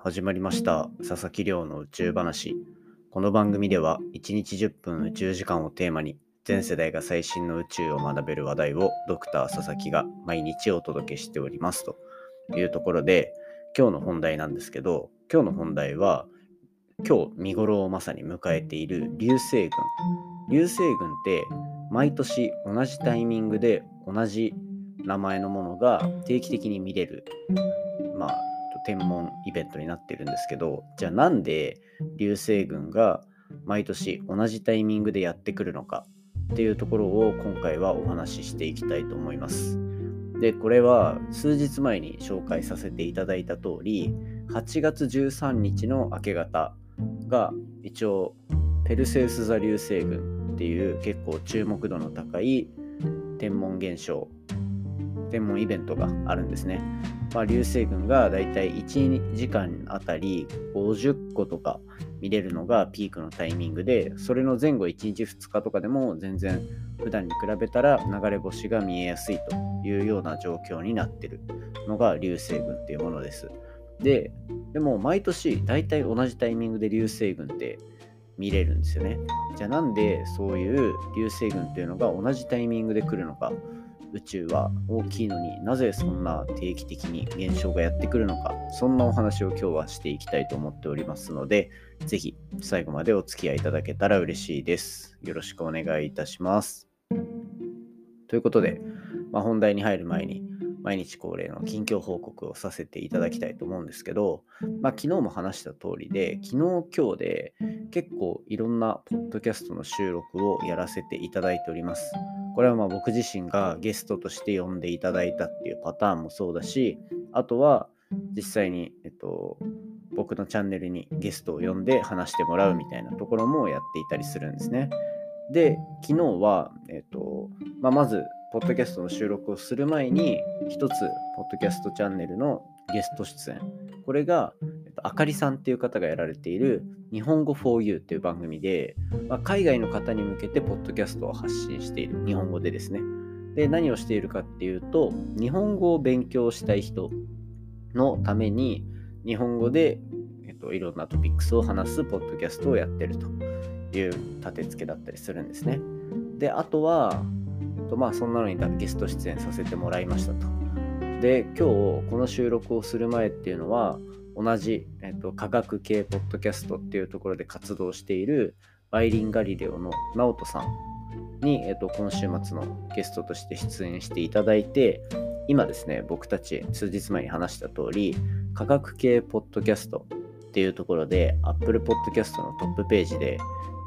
始まりました佐々木亮の宇宙話。この番組では1日10分宇宙時間をテーマに全世代が最新の宇宙を学べる話題をドクター佐々木が毎日お届けしておりますというところで、今日の本題なんですけど、今日の本題は今日見頃をまさに迎えている流星群。流星群って毎年同じタイミングで同じ名前のものが定期的に見れる天文イベントになっているんですけど、じゃあなんで流星群が毎年同じタイミングでやってくるのかっていうところを今回はお話ししていきたいと思います。で、これは数日前に紹介させていただいた通り、8月13日の明け方が一応ペルセウス座流星群っていう結構注目度の高い天文現象、天文イベントがあるんですね。流星群がだいたい1時間あたり50個とか見れるのがピークのタイミングで、それの前後1日2日とかでも全然普段に比べたら流れ星が見えやすいというような状況になっているのが流星群っていうものです。でも毎年だいたい同じタイミングで流星群って見れるんですよね。じゃあなんでそういう流星群っていうのが同じタイミングで来るのか、宇宙は大きいのになぜそんな定期的に現象がやってくるのか、そんなお話を今日はしていきたいと思っておりますので、ぜひ最後までお付き合いいただけたら嬉しいです。よろしくお願いいたします。ということで、本題に入る前に毎日恒例の近況報告をさせていただきたいと思うんですけど、昨日も話した通りで、昨日今日で結構いろんなポッドキャストの収録をやらせていただいております。これは僕自身がゲストとして呼んでいただいたっていうパターンもそうだし、あとは実際に、僕のチャンネルにゲストを呼んで話してもらうみたいなところもやっていたりするんですね。で、昨日は、まずポッドキャストの収録をする前に一つポッドキャストチャンネルのゲスト出演、これがあかりさんっていう方がやられている日本語 4U っていう番組で、海外の方に向けてポッドキャストを発信している、日本語でですね。で、何をしているかっていうと、日本語を勉強したい人のために日本語で、いろんなトピックスを話すポッドキャストをやってるという立て付けだったりするんですね。で、あとはそんなのにゲスト出演させてもらいましたと。で、今日この収録をする前っていうのは同じ、科学系ポッドキャストっていうところで活動しているバイリンガリレオの直人さんに、今週末のゲストとして出演していただいて、今ですね、僕たち数日前に話した通り、科学系ポッドキャストっていうところで Apple Podcast のトップページで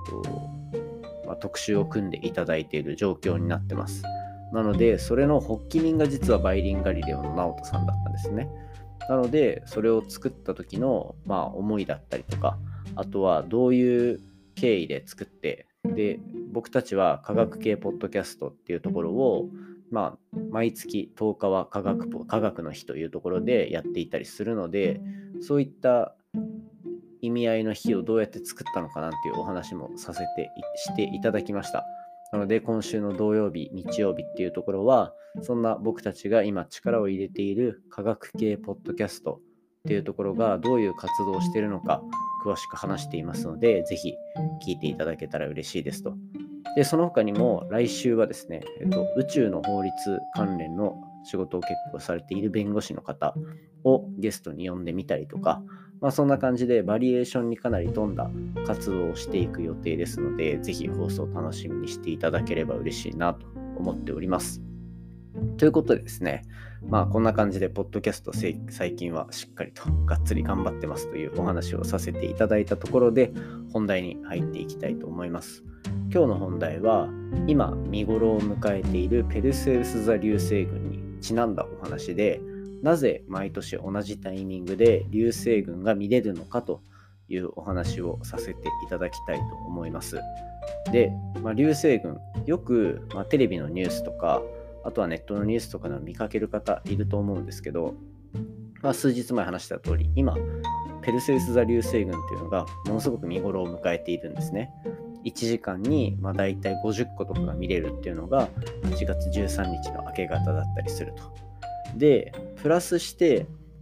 特集を組んでいただいている状況になってます。なので、それの発起人が実はバイリンガリレオの直人さんだったんですね。なので、それを作った時の、思いだったりとか、あとはどういう経緯で作って、で、僕たちは科学系ポッドキャストっていうところを、毎月10日は科学の日というところでやっていたりするので、そういった意味合いの日をどうやって作ったのかなんていうお話もしていただきました。なので今週の土曜日、日曜日っていうところは、そんな僕たちが今力を入れている科学系ポッドキャストっていうところがどういう活動をしているのか詳しく話していますので、ぜひ聞いていただけたら嬉しいですと。で、その他にも来週はですね、宇宙の法律関連の仕事を結構されている弁護士の方をゲストに呼んでみたりとか、そんな感じでバリエーションにかなり富んだ活動をしていく予定ですので、ぜひ放送を楽しみにしていただければ嬉しいなと思っております。ということでですね、こんな感じでポッドキャスト最近はしっかりとがっつり頑張ってますというお話をさせていただいたところで、本題に入っていきたいと思います。今日の本題は今見頃を迎えているペルセウス座流星群にちなんだお話で、なぜ毎年同じタイミングで流星群が見れるのかというお話をさせていただきたいと思います。で、流星群よく、テレビのニュースとか、あとはネットのニュースとかで見かける方いると思うんですけど、数日前話した通り、今ペルセウス座流星群っていうのがものすごく見頃を迎えているんですね。1時間にだいたい50個とかが見れるっていうのが8月13日の明け方だったりすると。で、プラスして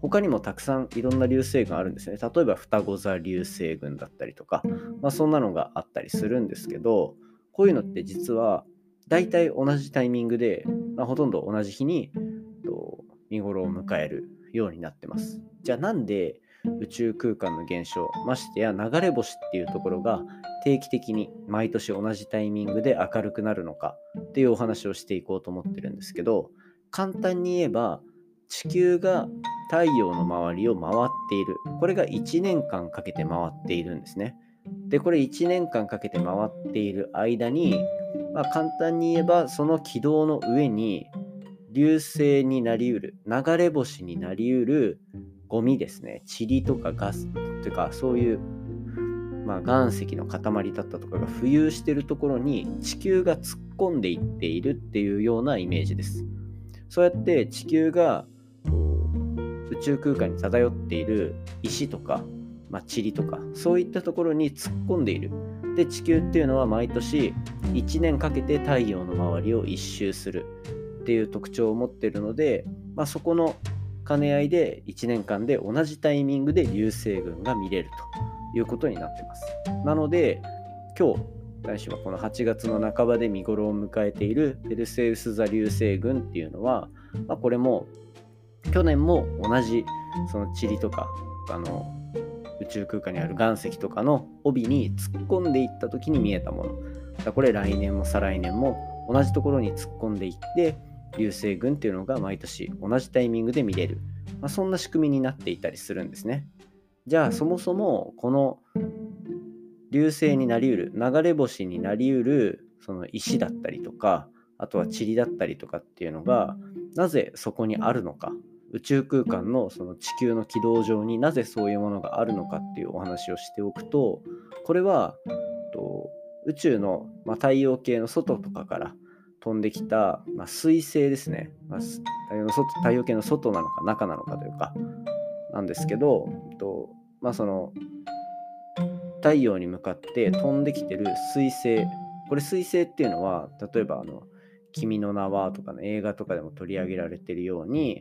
他にもたくさんいろんな流星群あるんですね。例えば双子座流星群だったりとか、そんなのがあったりするんですけど、こういうのって実は大体同じタイミングで、ほとんど同じ日に見頃を迎えるようになってます。じゃあなんで宇宙空間の現象、ましてや流れ星っていうところが定期的に毎年同じタイミングで明るくなるのかっていうお話をしていこうと思ってるんですけど、簡単に言えば地球が太陽の周りを回っている。これが1年間かけて回っているんですね。で、これ1年間かけて回っている間に、簡単に言えばその軌道の上に流星になりうる、流れ星になりうるゴミですね。塵とかガスというか、そういう、岩石の塊だったとかが浮遊しているところに地球が突っ込んでいっているっていうようなイメージです。そうやって地球が宇宙空間に漂っている石とか、塵とか、そういったところに突っ込んでいる。で、地球っていうのは毎年1年かけて太陽の周りを一周するっていう特徴を持っているので、そこの兼ね合いで1年間で同じタイミングで流星群が見れるということになってます。なので今日来週はこの8月の半ばで見頃を迎えているペルセウス座流星群っていうのは、これも去年も同じその塵とか宇宙空間にある岩石とかの帯に突っ込んでいった時に見えたもの。これ来年も再来年も同じところに突っ込んでいって流星群っていうのが毎年同じタイミングで見れる、そんな仕組みになっていたりするんですね。じゃあそもそもこの流星になりうる、流れ星になりうるその石だったりとか、あとは塵だったりとかっていうのがなぜそこにあるのか、宇宙空間のその地球の軌道上になぜそういうものがあるのかっていうお話をしておくと、これは宇宙の、太陽系の外とかから飛んできた、彗星ですね、太陽系の外なのか中なのかというかなんですけど、その太陽に向かって飛んできてる彗星、これ彗星っていうのは例えば君の名はとかの映画とかでも取り上げられているように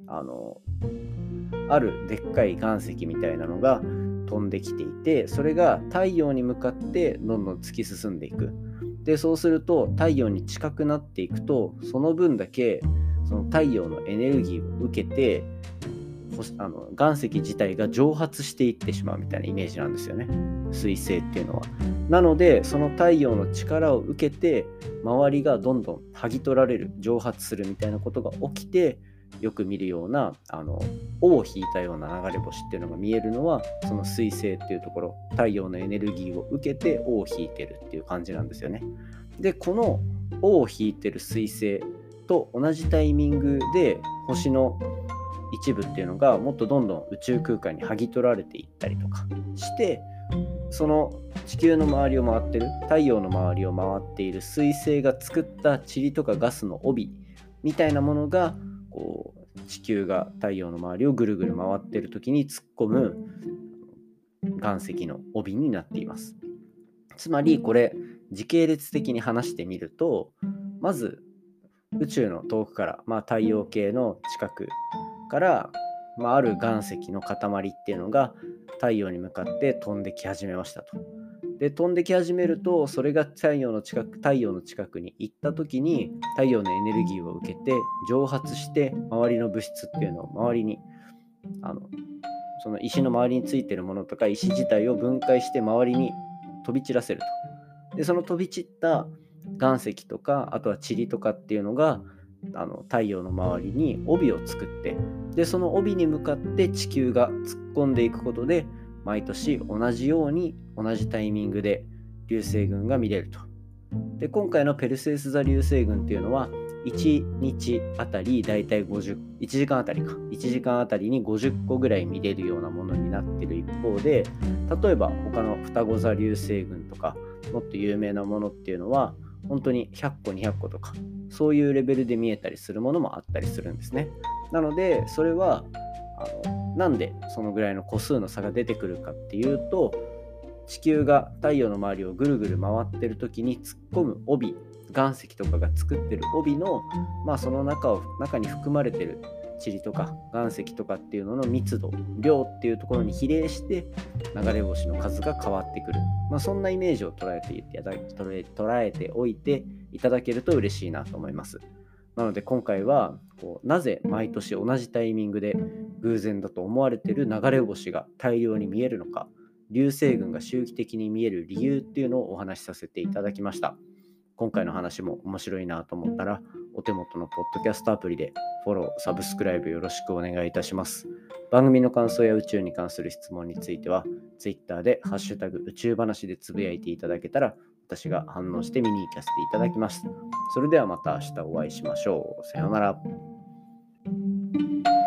あるでっかい岩石みたいなのが飛んできていて、それが太陽に向かってどんどん突き進んでいく。でそうすると太陽に近くなっていくと、その分だけその太陽のエネルギーを受けて岩石自体が蒸発していってしまうみたいなイメージなんですよね、彗星っていうのは。なのでその太陽の力を受けて周りがどんどん剥ぎ取られる、蒸発するみたいなことが起きて、よく見るような尾を引いたような流れ星っていうのが見えるのは、その彗星っていうところ、太陽のエネルギーを受けて尾を引いてるっていう感じなんですよね。でこの尾を引いてる彗星と同じタイミングで星の一部っていうのがもっとどんどん宇宙空間に剥ぎ取られていったりとかして、その地球の周りを回ってる、太陽の周りを回っている彗星が作った塵とかガスの帯みたいなものが地球が太陽の周りをぐるぐる回っている時に突っ込む岩石の帯になっています。つまりこれ時系列的に話してみると、まず宇宙の遠くから、太陽系の近くから、ある岩石の塊っていうのが太陽に向かって飛んでき始めましたと。で飛んでき始めると、それが太陽の近くに行った時に太陽のエネルギーを受けて蒸発して、周りの物質っていうのを周りにその石の周りについてるものとか石自体を分解して周りに飛び散らせると。でその飛び散った岩石とか、あとは塵とかっていうのが太陽の周りに帯を作って、でその帯に向かって地球が突っ込んでいくことで、毎年同じように同じタイミングで流星群が見れると。で今回のペルセウス座流星群っていうのは1日あたりだいたい1時間あたりに50個ぐらい見れるようなものになっている一方で、例えば他の双子座流星群とかもっと有名なものっていうのは本当に100個200個とか、そういうレベルで見えたりするものもあったりするんですね。なのでそれはなんでそのぐらいの個数の差が出てくるかっていうと、地球が太陽の周りをぐるぐる回ってる時に突っ込む帯、岩石とかが作ってる帯の、その中に含まれてる塵とか岩石とかっていうのの密度、量っていうところに比例して流れ星の数が変わってくる。そんなイメージを捉えておいていただけると嬉しいなと思います。なので今回はなぜ毎年同じタイミングで偶然だと思われている流れ星が大量に見えるのか、流星群が周期的に見える理由っていうのをお話しさせていただきました。今回の話も面白いなと思ったら、お手元のポッドキャストアプリでフォロー、サブスクライブよろしくお願いいたします。番組の感想や宇宙に関する質問については、Twitter でハッシュタグ宇宙話でつぶやいていただけたら、私が反応して見に行かせていただきます。それではまた明日お会いしましょう。さようなら。